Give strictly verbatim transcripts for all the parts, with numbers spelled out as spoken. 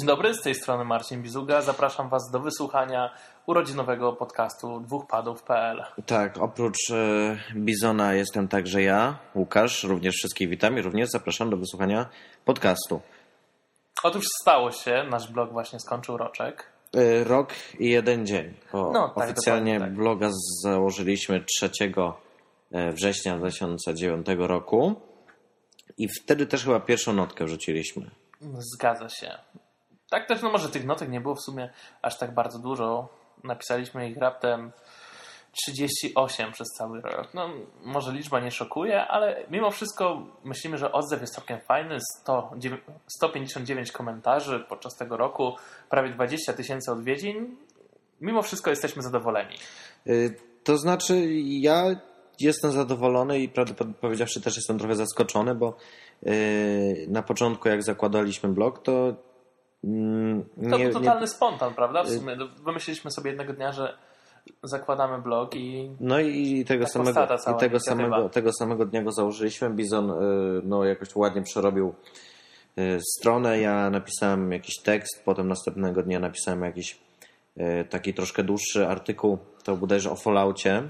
dobry, z tej strony Marcin Bizuga. Zapraszam Was do wysłuchania urodzinowego podcastu dwóch padów kropka pe el. Tak, oprócz e, Bizona jestem także ja, Łukasz. Również wszystkich witam i również zapraszam do wysłuchania podcastu. Otóż stało się, nasz blog właśnie skończył roczek. E, rok i jeden dzień. Bo no, tak, oficjalnie tak. bloga założyliśmy trzeciego września dwa tysiące dziewiątego roku i wtedy też chyba pierwszą notkę wrzuciliśmy. Zgadza się. Tak też, no może tych notek nie było w sumie aż tak bardzo dużo. Napisaliśmy ich raptem trzydzieści osiem przez cały rok. No, może liczba nie szokuje, ale mimo wszystko myślimy, że odzew jest całkiem fajny. sto pięćdziesiąt dziewięć komentarzy podczas tego roku, prawie dwadzieścia tysięcy odwiedzin. Mimo wszystko jesteśmy zadowoleni. To znaczy ja jestem zadowolony i prawdę powiedziawszy też jestem trochę zaskoczony, bo na początku jak zakładaliśmy blog, to nie, to był totalny nie... spontan, prawda? W sumie wymyśliliśmy sobie jednego dnia, że zakładamy blog i no i tego samego i tego samego, tego samego dnia go założyliśmy. Bizon no, jakoś ładnie przerobił stronę. Ja napisałem jakiś tekst, potem następnego dnia napisałem jakiś taki troszkę dłuższy artykuł, to bodajże o Falloutie.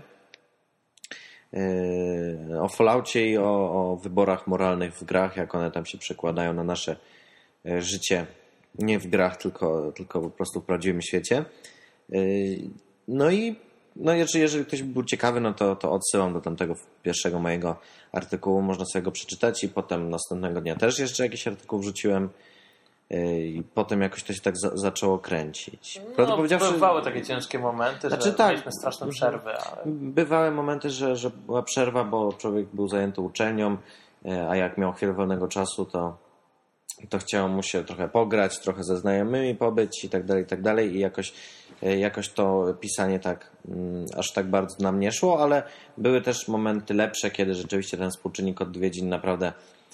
O Falloutie i o, o wyborach moralnych w grach, jak one tam się przekładają na nasze życie. Nie w grach, tylko, tylko po prostu w prawdziwym świecie. No i no jeżeli, jeżeli ktoś był ciekawy, no to, to odsyłam do tamtego pierwszego mojego artykułu. Można sobie go przeczytać i potem następnego dnia też jeszcze jakiś artykuł wrzuciłem. I potem jakoś to się tak za, zaczęło kręcić. No, powiedziawszy, bywały takie ciężkie momenty, znaczy, że tak, mieliśmy straszne przerwy. Ale... Bywały momenty, że, że była przerwa, bo człowiek był zajęty uczelnią, a jak miał chwilę wolnego czasu, to to chciało mu się trochę pograć, trochę ze znajomymi pobyć i tak dalej, i tak dalej. I jakoś, jakoś to pisanie tak aż tak bardzo nam nie szło, ale były też momenty lepsze, kiedy rzeczywiście ten współczynnik odwiedzin naprawdę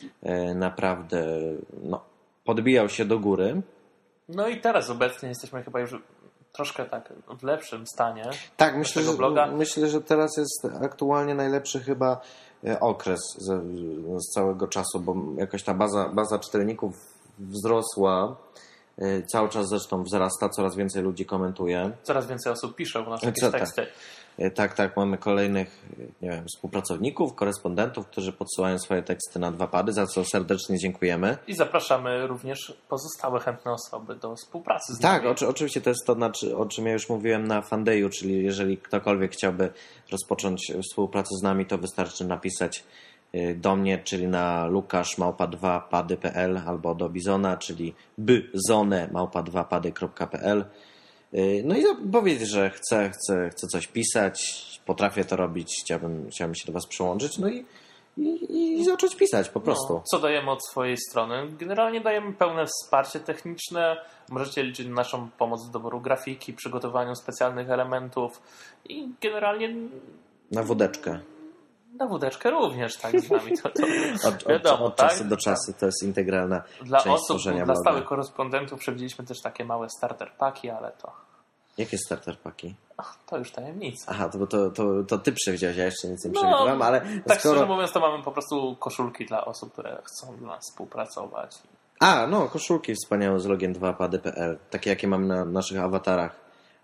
naprawdę no, podbijał się do góry. No i teraz obecnie jesteśmy chyba już troszkę tak w lepszym stanie. Tak, myślę, że, myślę, że teraz jest aktualnie najlepszy chyba okres z, z całego czasu, bo jakoś ta baza, baza czytelników wzrosła. Cały czas zresztą wzrasta, coraz więcej ludzi komentuje. Coraz więcej osób pisze u nas jakieś teksty. Tak, tak, mamy kolejnych nie wiem, współpracowników, korespondentów, którzy podsyłają swoje teksty na dwa pady, za co serdecznie dziękujemy. I zapraszamy również pozostałe chętne osoby do współpracy z nami. Tak, oczy, oczywiście to jest to, o czym ja już mówiłem na Fandayu, czyli jeżeli ktokolwiek chciałby rozpocząć współpracę z nami, to wystarczy napisać do mnie, czyli na lukasz małpa dwa pady kropka pe el albo do Bizona, czyli byzone małpa dwa pady kropka pe el. No i powiedzieć, że chcę, chcę, chcę coś pisać, potrafię to robić, chciałbym, chciałbym się do Was przyłączyć, no i, i, i zacząć pisać po prostu. No, co dajemy od swojej strony? Generalnie dajemy pełne wsparcie techniczne, możecie liczyć na naszą pomoc w doboru grafiki, przygotowaniu specjalnych elementów i generalnie... Na wódeczkę. Na wódeczkę również, tak, z nami. To, to od, wiadomo, od, od czasu tak? do czasu to jest integralna dla część osób, tworzenia Dla bloga. stałych korespondentów przewidzieliśmy też takie małe starter paki, ale to... Jakie starter paki? Ach, to już tajemnica. Aha, to, to, to, to ty przewidziałeś, ja jeszcze nic nie przewidziałem, no, ale... Tak skoro... szczerze mówiąc, to mamy po prostu koszulki dla osób, które chcą dla nas współpracować. A, no, koszulki wspaniałe z logiem dwa pady kropka pe el, takie jakie mam na naszych awatarach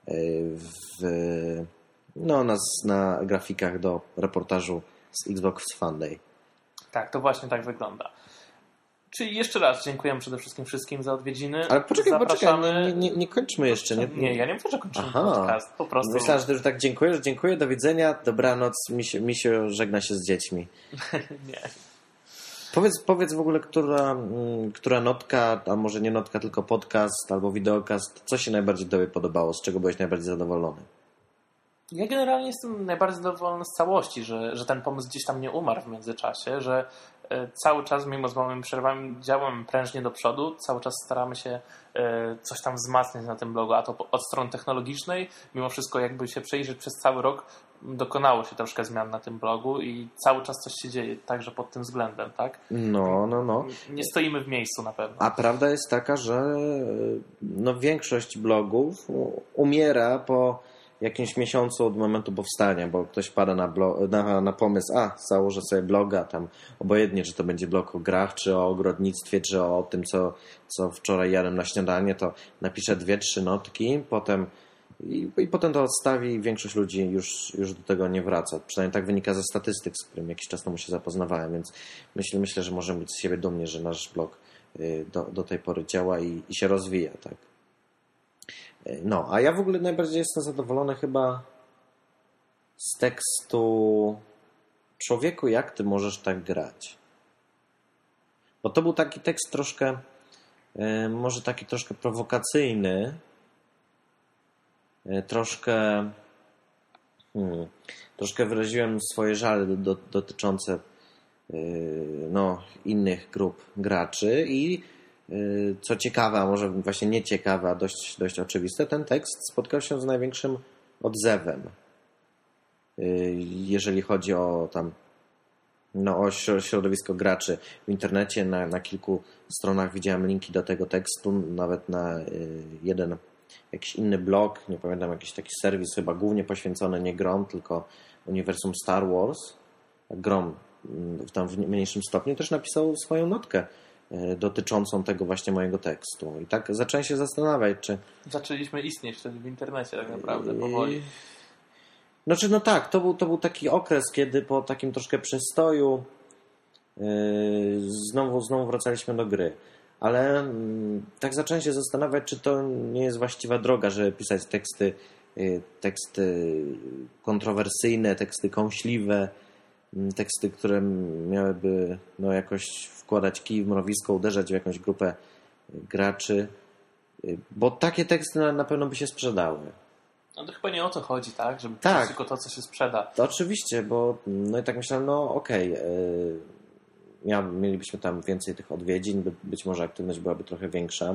w, no, na, na grafikach do reportażu z Xbox Fan Day. Tak, to właśnie tak wygląda. Czyli jeszcze raz dziękujemy przede wszystkim wszystkim za odwiedziny. Ale poczekaj, Zapraszamy... poczekaj, nie, nie, nie kończmy jeszcze. Nie, nie ja nie mówię, że kończymy Aha. podcast. Po prostu... Myślałem, że ty już tak dziękuję, że dziękuję, do widzenia, dobranoc, misio, misio żegna się z dziećmi. nie. Powiedz, powiedz w ogóle, która, która notka, a może nie notka, tylko podcast albo wideokast, co się najbardziej tobie podobało, z czego byłeś najbardziej zadowolony? Ja generalnie jestem najbardziej zadowolony z całości, że, że ten pomysł gdzieś tam nie umarł w międzyczasie, że cały czas, mimo z małymi przerwami, działamy prężnie do przodu, cały czas staramy się coś tam wzmacniać na tym blogu, a to od strony technologicznej, mimo wszystko jakby się przejrzeć przez cały rok, dokonało się troszkę zmian na tym blogu i cały czas coś się dzieje także pod tym względem, tak? No, no, no. Nie stoimy w miejscu na pewno. A prawda jest taka, że no, większość blogów umiera po jakimś miesiącu od momentu powstania, bo ktoś pada na, blo- na, na pomysł, a założę sobie bloga, tam obojętnie, czy to będzie blog o grach, czy o ogrodnictwie, czy o tym, co, co wczoraj jadłem na śniadanie, to napiszę dwie, trzy notki, potem i, i potem to odstawi i większość ludzi już, już do tego nie wraca. Przynajmniej tak wynika ze statystyk, z którymi jakiś czas temu się zapoznawałem, więc myślę, myślę że możemy być z siebie dumni, że nasz blog do, do tej pory działa i, i się rozwija, tak. No, a ja w ogóle najbardziej jestem zadowolony chyba z tekstu Człowieku, jak ty możesz tak grać? Bo to był taki tekst troszkę, może taki troszkę prowokacyjny, troszkę hmm, troszkę wyraziłem swoje żale do, do, dotyczące no, innych grup graczy i co ciekawe, a może właśnie nieciekawe, a dość, dość oczywiste, ten tekst spotkał się z największym odzewem. Jeżeli chodzi o tam no, o środowisko graczy w internecie, na, na kilku stronach widziałem linki do tego tekstu, nawet na jeden jakiś inny blog, nie pamiętam, jakiś taki serwis chyba głównie poświęcony nie grom, tylko uniwersum Star Wars, grom tam w mniejszym stopniu, też napisał swoją notkę dotyczącą tego właśnie mojego tekstu. I tak zacząłem się zastanawiać, czy... Zaczęliśmy istnieć wtedy w internecie tak naprawdę, powoli. Znaczy, no tak, to był, to był taki okres, kiedy po takim troszkę przestoju yy, znowu, znowu wracaliśmy do gry. Ale yy, tak zacząłem się zastanawiać, czy to nie jest właściwa droga, żeby pisać teksty, yy, teksty kontrowersyjne, teksty kąśliwe, yy, teksty, które miałyby no, jakoś wkładać kij w mrowisko, uderzać w jakąś grupę graczy. Yy, bo takie teksty na, na pewno by się sprzedały. No to chyba nie o to chodzi, tak? Żeby tak. pisać tylko to, co się sprzeda. To oczywiście, bo no i tak myślałem, no okej, okay, yy, mielibyśmy tam więcej tych odwiedzin, by, być może aktywność byłaby trochę większa,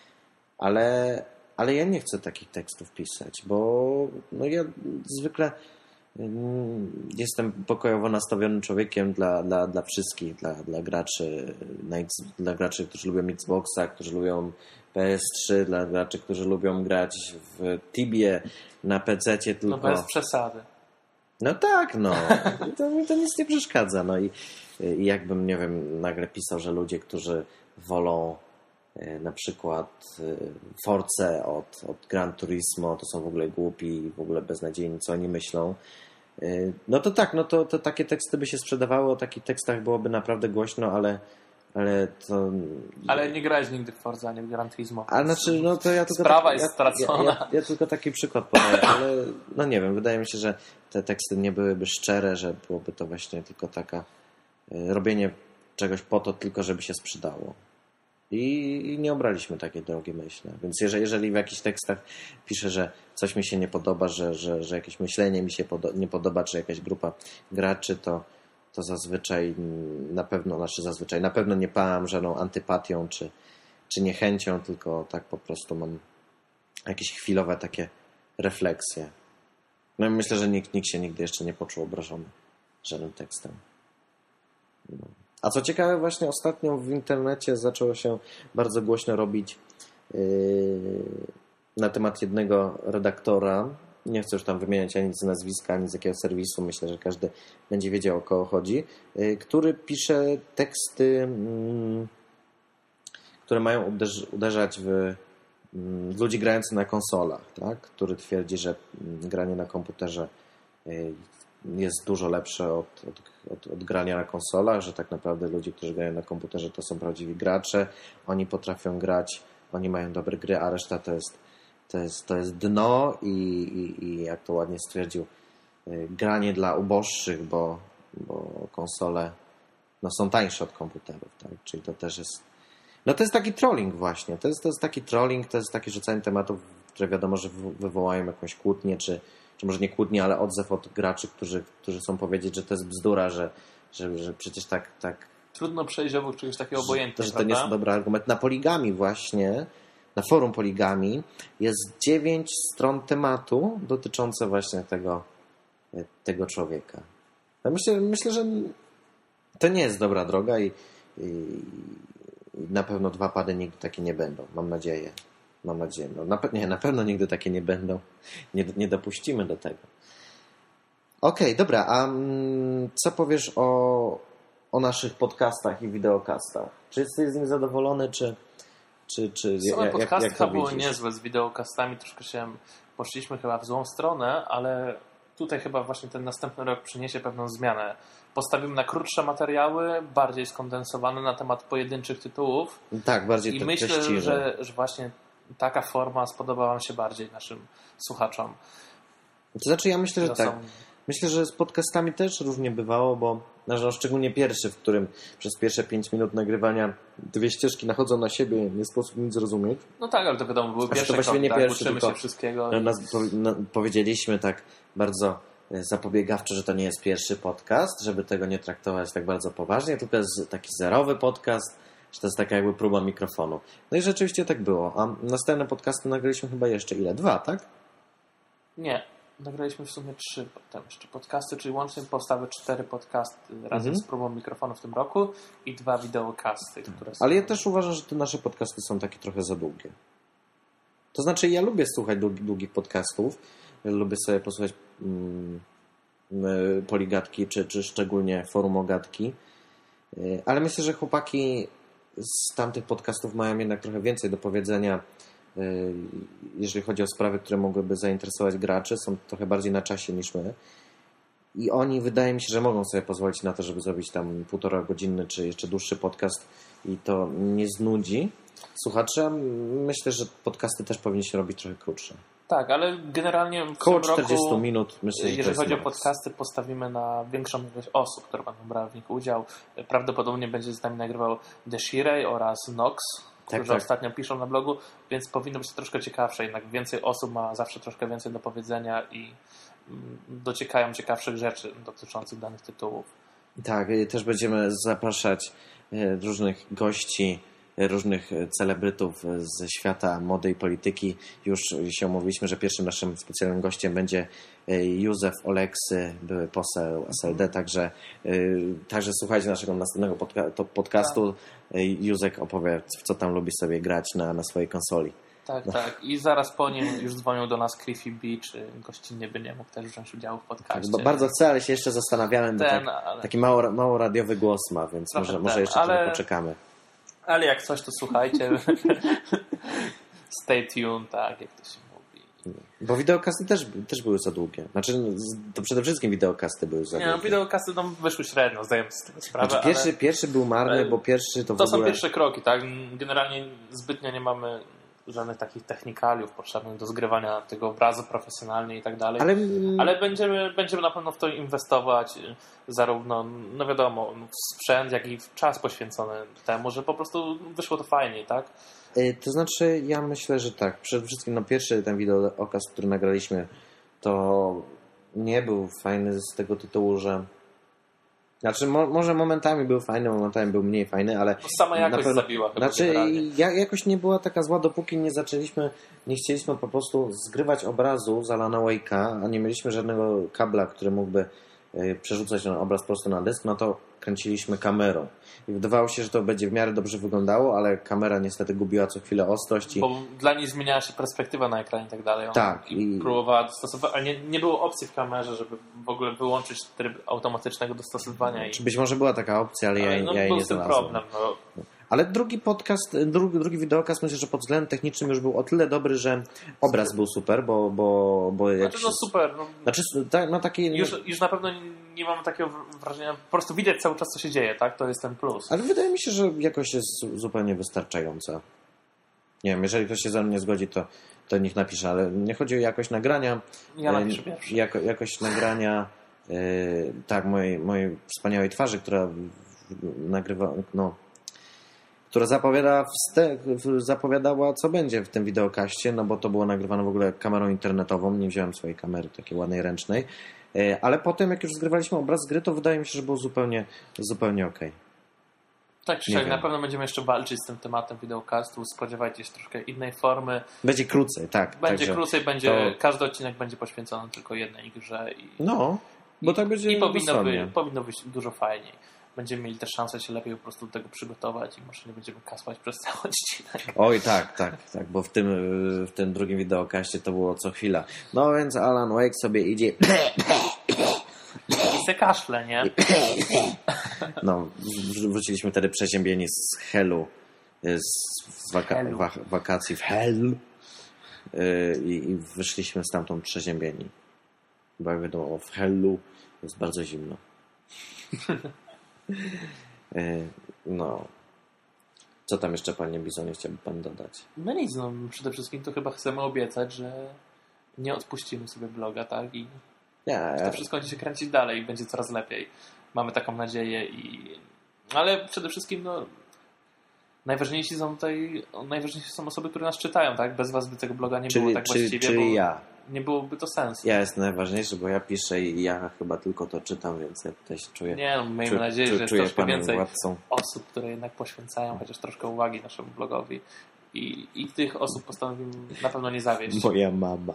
ale, ale ja nie chcę takich tekstów pisać, bo no ja zwykle yy, jestem pokojowo nastawionym człowiekiem dla, dla, dla wszystkich, dla, dla graczy, na X, dla graczy, którzy lubią Xboxa, którzy lubią P S trzy, dla graczy, którzy lubią grać w Tibie na pececie tylko. No bez przesady. No tak, no. To mi to nic nie przeszkadza. No i, i jakbym, nie wiem, nagle pisał, że ludzie, którzy wolą e, na przykład e, Force od, od Gran Turismo, to są w ogóle głupi i w ogóle beznadziejni, co oni myślą. E, no to tak, no to, to takie teksty by się sprzedawały, o takich tekstach byłoby naprawdę głośno, ale Ale to... Ale nie grałeś nigdy w Forza, nie w Gran Turismo. Ale znaczy, no to ja tylko... Sprawa taki, jest ja, stracona. Ja, ja, ja tylko taki przykład podaję, ale no nie wiem, wydaje mi się, że te teksty nie byłyby szczere, że byłoby to właśnie tylko taka y, robienie czegoś po to tylko, żeby się sprzedało. I, i nie obraliśmy takiej drogi, myślę. Więc jeżeli, jeżeli w jakichś tekstach piszę, że coś mi się nie podoba, że, że, że jakieś myślenie mi się podo- nie podoba, czy jakaś grupa graczy, to to zazwyczaj na pewno, znaczy zazwyczaj, na pewno nie pałam żadną antypatią czy, czy niechęcią, tylko tak po prostu mam jakieś chwilowe takie refleksje. No i myślę, że nikt, nikt się nigdy jeszcze nie poczuł obrażony żadnym tekstem. No. A co ciekawe, właśnie ostatnio w internecie zaczęło się bardzo głośno robić yy, na temat jednego redaktora. Nie chcę już tam wymieniać ani z nazwiska, ani z jakiego serwisu. Myślę, że każdy będzie wiedział, o kogo chodzi. Który pisze teksty, które mają uderz- uderzać w, w ludzi grających na konsolach. Tak? Który twierdzi, że granie na komputerze jest dużo lepsze od, od, od, od grania na konsolach, że tak naprawdę ludzie, którzy grają na komputerze, to są prawdziwi gracze. Oni potrafią grać, oni mają dobre gry, a reszta to jest To jest, to jest dno i, i, i jak to ładnie stwierdził, granie dla uboższych, bo, bo konsole no, są tańsze od komputerów. Tak? Czyli to też jest... No to jest taki trolling właśnie. To jest, to jest taki trolling, to jest takie rzucanie tematów, które wiadomo, że wywołają jakąś kłótnię, czy, czy może nie kłótnię, ale odzew od graczy, którzy, którzy chcą powiedzieć, że to jest bzdura, że, że, że przecież tak... tak trudno przejść obok czegoś takiego obojętnie, że, że to nie jest dobry argument. Na Poligami właśnie... Na forum Poligami jest dziewięć stron tematu dotyczące właśnie tego, tego człowieka. Ja myślę, myślę, że to nie jest dobra droga i, i, i na pewno dwa pady nigdy takie nie będą. Mam nadzieję. Mam nadzieję. No, na, nie, na pewno nigdy takie nie będą. Nie, nie dopuścimy do tego. Okej, okay, dobra. A mm, co powiesz o, o naszych podcastach i wideokastach? Czy jesteś z nich zadowolony, czy... czy, czy Same jak, podcasty jak to były widzisz? niezłe z wideokastami. Troszkę się poszliśmy chyba w złą stronę, ale tutaj chyba właśnie ten następny rok przyniesie pewną zmianę. Postawimy na krótsze materiały, bardziej skondensowane na temat pojedynczych tytułów. Tak, bardziej I te, myślę, treściwe. że, że właśnie taka forma spodobała wam się bardziej naszym słuchaczom. To znaczy ja myślę, że To tak. są- Myślę, że z podcastami też różnie bywało, bo no, szczególnie pierwszy, w którym przez pierwsze pięć minut nagrywania dwie ścieżki nachodzą na siebie, nie sposób nic zrozumieć. No tak, ale to wiadomo, były Znaczy, to pierwsze właściwie kroki, nie tak? pierwszy, Uczymy tylko- się wszystkiego. No, nas, po, no, powiedzieliśmy tak bardzo e, zapobiegawczo, że to nie jest pierwszy podcast, żeby tego nie traktować tak bardzo poważnie, tylko jest taki zerowy podcast, że to jest taka jakby próba mikrofonu. No i rzeczywiście tak było. A następne podcasty nagraliśmy chyba jeszcze ile? Dwa, tak? Nie, nagraliśmy w sumie trzy potem jeszcze podcasty, czyli łącznie powstały cztery podcasty razem Mhm. z próbą mikrofonu w tym roku i dwa wideokasty, które są... Ale ja też uważam, że te nasze podcasty są takie trochę za długie. To znaczy, ja lubię słuchać dług- długich podcastów. Lubię sobie posłuchać mm, y, Poligatki, czy, czy szczególnie Forum Ogatki. Y, ale myślę, że chłopaki z tamtych podcastów mają jednak trochę więcej do powiedzenia, y, jeżeli chodzi o sprawy, które mogłyby zainteresować graczy. Są trochę bardziej na czasie niż my. I oni, wydaje mi się, że mogą sobie pozwolić na to, żeby zrobić tam półtora godzinny, czy jeszcze dłuższy podcast i to nie znudzi słuchaczy. Myślę, że podcasty też powinny się robić trochę krótsze. Tak, ale generalnie w Koło tym roku, czterdzieści minut, myślę, że to jeżeli jest chodzi o maks. podcasty, postawimy na większą ilość osób, które będą brały w nich udział. Prawdopodobnie będzie z nami nagrywał Desiree oraz Nox, którzy tak. ostatnio piszą na blogu, więc powinno być to troszkę ciekawsze. Jednak więcej osób ma zawsze troszkę więcej do powiedzenia i mm, dociekają ciekawszych rzeczy dotyczących danych tytułów. Tak, i też będziemy zapraszać e, różnych gości, e, różnych e, celebrytów e, ze świata mody i polityki. Już się umówiliśmy, że pierwszym naszym specjalnym gościem będzie e, Józef Oleksy, były poseł S L D, także, e, także słuchajcie naszego następnego podca- to podcastu. E, Józek opowie, w co tam lubi sobie grać na, na swojej konsoli. Tak, tak. I zaraz po nim już dzwonił do nas Cliffy B, czy gościnnie by nie mógł też wziąć udziału w Tak, podcaście. bo bardzo chcę, ale się jeszcze zastanawiałem, bo Ten, tak, ale- taki mało, mało radiowy głos ma, więc Trochę może, może ten, jeszcze ale- trochę poczekamy. Ale jak coś, to słuchajcie. Stay tuned, tak, jak to się mówi. Bo wideokasty też, też były za długie. Znaczy, z- to przede wszystkim wideokasty były za Nie, no, długie. wideokasty no, wyszły średnio, zdajemy sobie z tego sprawę, Znaczy, pierwszy, ale pierwszy był marny, ale bo pierwszy to w to są ogóle... pierwsze kroki, tak? Generalnie zbytnio nie mamy żadnych takich technikaliów potrzebnych do zgrywania tego obrazu profesjonalnie i tak dalej. Ale, Ale będziemy, będziemy na pewno w to inwestować, y, zarówno, no wiadomo, w sprzęt, jak i w czas poświęcony temu, że po prostu wyszło to fajniej, tak? y, to znaczy, ja myślę, że tak. Przede wszystkim, no pierwszy ten wideokaz, który nagraliśmy, to nie był fajny z tego tytułu, że... Znaczy, mo, może momentami był fajny, momentami był mniej fajny, ale... No, sama jakość na pewno- zabiła chyba Znaczy, generalnie. ja, jakoś nie była taka zła, dopóki nie zaczęliśmy, nie chcieliśmy po prostu zgrywać obrazu z Alana Wake'a, a nie mieliśmy żadnego kabla, który mógłby y, przerzucać ten obraz prosto na dysk, no to kręciliśmy kamerą. I wydawało się, że to będzie w miarę dobrze wyglądało, ale kamera niestety gubiła co chwilę ostrość i... Bo dla niej zmieniała się perspektywa na ekranie i tak dalej. Ona Tak, i- próbowała dostosować, ale nie, nie było opcji w kamerze, żeby w ogóle wyłączyć tryb automatycznego dostosowania. I, Czy być może była taka opcja, ale ja, ale no, ja jej był nie z tym znalazłem. problem. No. Ale drugi podcast, drugi, drugi wideokaz myślę, że pod względem technicznym już był o tyle dobry, że obraz był super, bo, bo, bo jak Znaczy, się... no super. No, Znaczy, tak, ma taki... już, już na pewno nie mamy takiego wrażenia, po prostu widać cały czas, co się dzieje, tak? To jest ten plus. Ale wydaje mi się, że jakość jest zu- zupełnie wystarczająca. Nie wiem, jeżeli ktoś się ze mną nie zgodzi, to, to niech napisze, ale nie chodzi o jakość nagrania. Ja e, napiszę pierwszy. Jako, jakość nagrania e, tak, mojej, mojej wspaniałej twarzy, która w- w- nagrywa, no, która zapowiada wste, w- zapowiadała, co będzie w tym wideokaście, no bo to było nagrywane w ogóle kamerą internetową, nie wziąłem swojej kamery takiej ładnej ręcznej, e, ale potem jak już zgrywaliśmy obraz z gry, to wydaje mi się, że było zupełnie, zupełnie okej. Tak czy nie siak, wiem. na pewno będziemy jeszcze walczyć z tym tematem wideocastu. Spodziewajcie się troszkę innej formy. Będzie krócej, tak. Będzie także krócej, będzie, to- każdy odcinek będzie poświęcony tylko jednej grze. I, No, bo tak będzie i powinno, dosłownie. by, powinno być dużo fajniej. będziemy mieli też szansę się lepiej po prostu do tego przygotować i może nie będziemy kasłać przez cały odcinek. Oj, tak, tak, tak, bo w tym, w tym drugim wideokaście to było co chwila. No więc Alan Wake sobie idzie I se kaszle, nie? No, wróciliśmy wtedy przeziębieni z Hellu, z, z waka Hellu. wa wakacji w Hell yy, i wyszliśmy stamtąd przeziębieni. Bo jak wiadomo, w Hellu jest bardzo zimno. yy, no. Co tam jeszcze, panie Bizonie, chciałby pan dodać? No nic, no przede wszystkim to chyba chcemy obiecać, że nie odpuścimy sobie bloga, tak? I Nie, to wszystko będzie się kręcić dalej i będzie coraz lepiej. Mamy taką nadzieję i... Ale przede wszystkim, no... Najważniejsi są tutaj... Najważniejsze są osoby, które nas czytają, tak? Bez was by tego bloga nie czyli, było tak czyli, właściwie, czyli bo ja. nie byłoby to sensu. Ja jestem najważniejszy, bo ja piszę i ja chyba tylko to czytam, więc ja tutaj się czuję... Nie, no miejmy czu, nadzieję, czu, że jest czuję troszkę panem więcej władcą. osób, które jednak poświęcają chociaż troszkę uwagi naszemu blogowi. I, i tych osób postanowimy na pewno nie zawieść. Moja mama.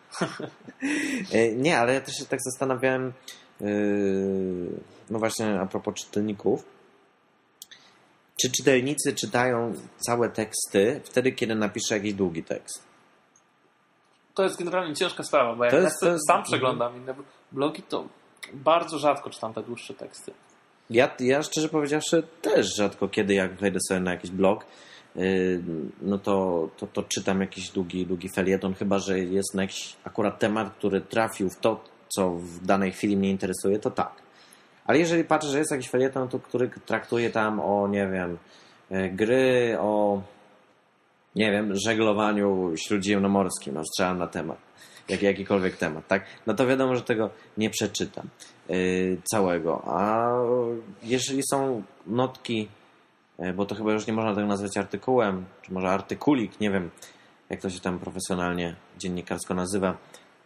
Nie, ale ja też się tak zastanawiałem, yy, no właśnie a propos czytelników. Czy czytelnicy czytają całe teksty wtedy, kiedy napiszę jakiś długi tekst? To jest generalnie ciężka sprawa, bo jak To ja jest- to jest- sam przeglądam inne blogi, to bardzo rzadko czytam te dłuższe teksty. Ja, ja szczerze powiedziawszy też rzadko kiedy jak wejdę sobie na jakiś blog, yy, no to, to, to czytam jakiś długi, długi felieton, chyba że jest na jakiś akurat temat, który trafił w to, co w danej chwili mnie interesuje, to tak. Ale jeżeli patrzę, że jest jakiś felieton, to, który traktuje tam o, nie wiem, yy, gry, o, nie wiem, żeglowaniu śródziemnomorskim, no strzelam na temat, jak, jakikolwiek temat, tak? No to wiadomo, że tego nie przeczytam yy, całego. A jeżeli są notki, yy, bo to chyba już nie można tego nazwać artykułem, czy może artykulik, nie wiem, jak to się tam profesjonalnie, dziennikarsko nazywa,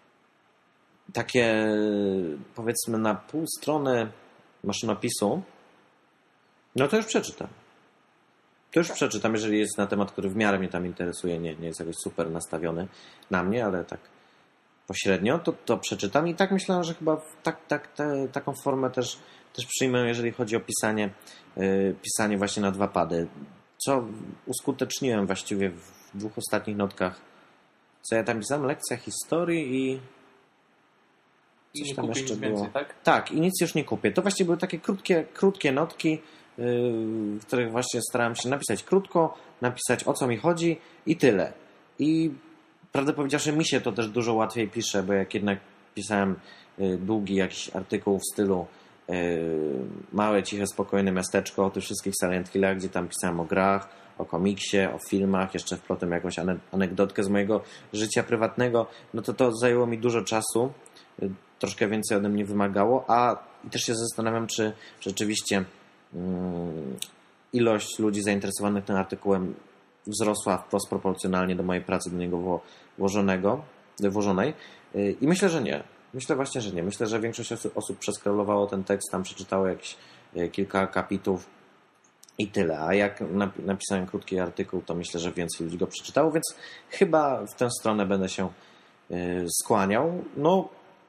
takie powiedzmy na pół strony maszynopisu, no to już przeczytam. To już przeczytam, jeżeli jest na temat, który w miarę mnie tam interesuje, nie, nie jest jakoś super nastawiony na mnie, ale tak pośrednio, to, to przeczytam i tak myślałem, że chyba tak, tak, te, taką formę też, też przyjmę, jeżeli chodzi o pisanie, yy, pisanie właśnie na dwa pady, co uskuteczniłem właściwie w dwóch ostatnich notkach. Co ja tam pisałem? Lekcja historii i I coś nie tam kupię jeszcze nic było. więcej, tak? Tak, i nic już nie kupię. To właściwie były takie krótkie, krótkie notki, yy, w których właśnie starałem się napisać krótko, napisać o co mi chodzi i tyle. I prawdę powiedziawszy, mi się to też dużo łatwiej pisze, bo jak jednak pisałem yy, długi jakiś artykuł w stylu yy, małe, ciche, spokojne miasteczko o tych wszystkich Silent Hillach, gdzie tam pisałem o grach, o komiksie, o filmach, jeszcze wplotem jakąś ane- anegdotkę z mojego życia prywatnego, no to to zajęło mi dużo czasu, yy, troszkę więcej ode mnie wymagało, a i też się zastanawiam, czy rzeczywiście yy, ilość ludzi zainteresowanych tym artykułem wzrosła wprost proporcjonalnie do mojej pracy do niego wło- włożonego, włożonej. Yy, I myślę, że nie. Myślę właśnie, że nie. Myślę, że większość osób, osób przeskrolowało ten tekst, tam przeczytało jakieś yy, kilka akapitów i tyle. A jak nap- napisałem krótki artykuł, to myślę, że więcej ludzi go przeczytało, więc chyba w tę stronę będę się yy, skłaniał. No,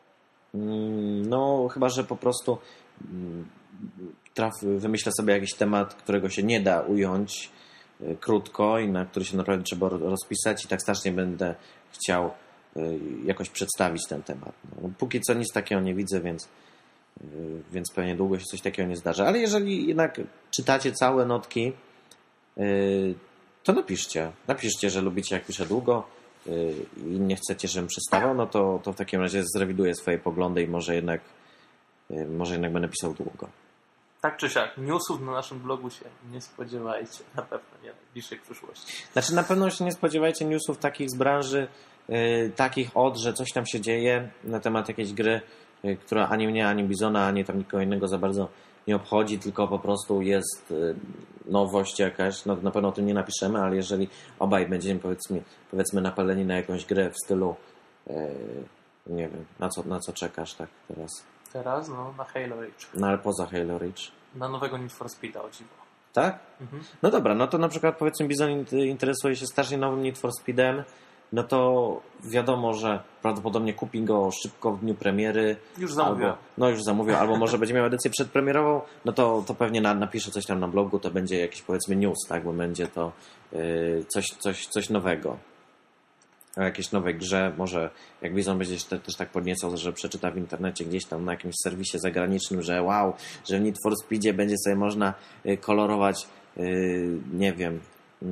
No, chyba, że po prostu traf, wymyślę sobie jakiś temat, którego się nie da ująć y, krótko i na który się naprawdę trzeba rozpisać i tak strasznie będę chciał y, jakoś przedstawić ten temat. No, póki co nic takiego nie widzę, więc, y, więc pewnie długo się coś takiego nie zdarzy. Ale jeżeli jednak czytacie całe notki, y, to napiszcie. Napiszcie, że lubicie jak piszę długo i nie chcecie, żebym przestawał, no to, to w takim razie zrewiduję swoje poglądy i może jednak może jednak będę pisał długo. Tak czy siak, newsów na naszym blogu się nie spodziewajcie, na pewno nie w najbliższej przyszłości. Znaczy na pewno się nie spodziewajcie newsów takich z branży, yy, takich od, że coś tam się dzieje na temat jakiejś gry, yy, która ani mnie, ani Bizona, ani tam nikogo innego za bardzo nie obchodzi, tylko po prostu jest yy, nowość jakaś. No, na pewno o tym nie napiszemy, ale jeżeli obaj będziemy powiedzmy, powiedzmy napaleni na jakąś grę w stylu yy, nie wiem, na co, na co czekasz tak teraz? Teraz, no, na Halo Reach. No ale poza Halo Reach. Na nowego Need for Speeda, o dziwo. Tak? Mhm. No dobra, no to na przykład powiedzmy Bizon interesuje się strasznie nowym Need for Speedem, no to wiadomo, że prawdopodobnie kupi go szybko w dniu premiery. Już zamówił. Albo, no już zamówił, albo może będzie miał edycję przedpremierową, no to, to pewnie na, napisze coś tam na blogu, to będzie jakiś powiedzmy news, tak, bo będzie to yy, coś, coś, coś nowego. O jakiejś nowej grze, może jak Bizon będzie się te, też tak podniecał, że przeczyta w internecie gdzieś tam na jakimś serwisie zagranicznym, że wow, że w Need for Speedzie będzie sobie można y, kolorować, y, nie wiem, y,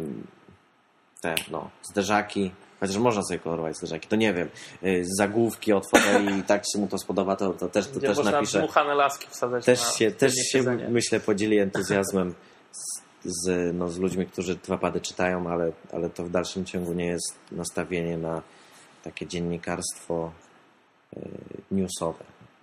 te no, zderzaki, chociaż można sobie kolorować zderzaki, to nie wiem, y, zagłówki od foteli i tak się mu to spodoba, to, to też, to też można napiszę. dmuchane laski wsadzać Też na się, też się siedzenie. myślę, podzieli entuzjazmem z, z, no, z ludźmi, którzy dwa pady czytają, ale, ale to w dalszym ciągu nie jest nastawienie na takie dziennikarstwo y, newsowe.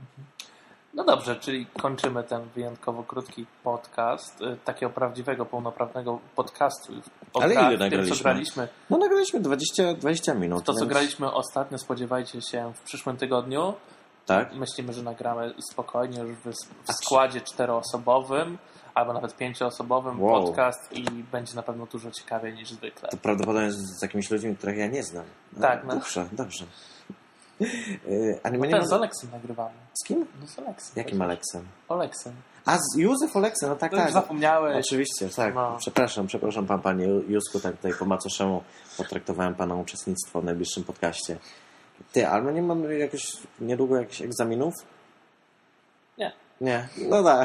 No dobrze, czyli kończymy ten wyjątkowo krótki podcast, y, takiego prawdziwego, pełnoprawnego podcastu. Ale gra, ile w tym, nagraliśmy? co graliśmy. No nagraliśmy dwadzieścia, dwadzieścia minut. To, co więc... graliśmy ostatnio, spodziewajcie się w przyszłym tygodniu. Tak? Myślimy, że nagramy spokojnie już w, w składzie czteroosobowym albo nawet pięcioosobowym Wow. podcast i będzie na pewno dużo ciekawiej niż zwykle. To prawdopodobnie z, z jakimiś ludźmi, których ja nie znam. No, Tak, no. Dobrze, dobrze. Yy, a nie, No nie ten ma... z Oleksem nagrywamy. Z kim? No z Oleksem. Jakim Aleksem? Oleksem. A, z Józef Oleksem, no tak, To już tak. zapomniałeś. Oczywiście, tak. No. Przepraszam, przepraszam pan, panie Jusku, tak tutaj po macoszemu potraktowałem pana uczestnictwo w najbliższym podcaście. Ty, ale my nie mamy jakoś niedługo jakichś egzaminów? Nie. Nie, no tak.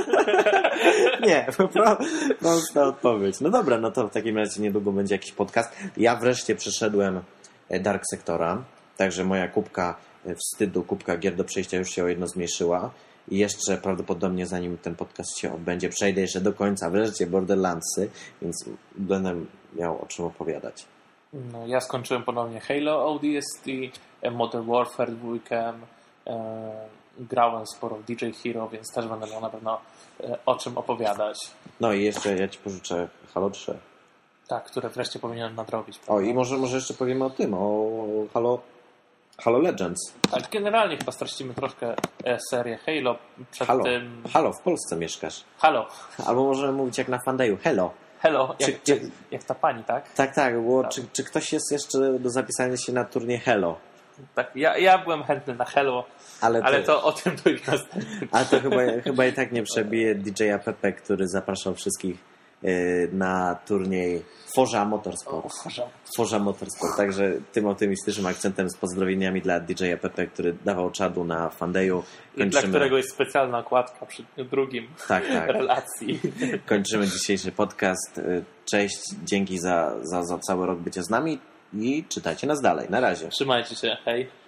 Nie, po prostu prosta odpowiedź. No dobra, no to w takim razie niedługo będzie jakiś podcast. Ja wreszcie przeszedłem Dark Sectora, także moja kubka wstydu, kubka gier do przejścia już się o jedno zmniejszyła. I jeszcze prawdopodobnie zanim ten podcast się odbędzie, przejdę jeszcze do końca wreszcie Borderlandsy, więc będę miał o czym opowiadać. No, ja skończyłem ponownie Halo O D S T, Modern Warfare dwa, e, grałem sporo w D J Hero, więc też będę miał na pewno e, o czym opowiadać. No i jeszcze ja ci pożyczę Halo trzy. Tak, które wreszcie powinienem nadrobić. O i może, może jeszcze powiemy o tym, o Halo, Halo Legends. Tak, generalnie chyba stracimy troszkę e, serię Halo przed Halo. tym... Halo, w Polsce mieszkasz. Halo. Albo możemy mówić jak na Fandeju. Hello. Hello, jak, Czy- jak, czy- jak ta pani, tak? Tak, tak, bo Tak. czy, czy ktoś jest jeszcze do zapisania się na turniej Hello? Tak, ja, ja byłem chętny na Hello, Ale to, ale to o tym to już następny. ale to chyba, chyba i tak nie przebije D J a Pepe, który zapraszał wszystkich yy, na turniej Forza Motorsport. Uważam. Forza Motorsport. Także tym optymistycznym akcentem z pozdrowieniami dla D J a Pepe, który dawał czadu na Fandeju. I dla którego jest specjalna okładka przy dniu drugim Tak, tak. relacji. Kończymy dzisiejszy podcast. Cześć, dzięki za, za, za cały rok bycia z nami i czytajcie nas dalej. Na razie. Trzymajcie się, hej.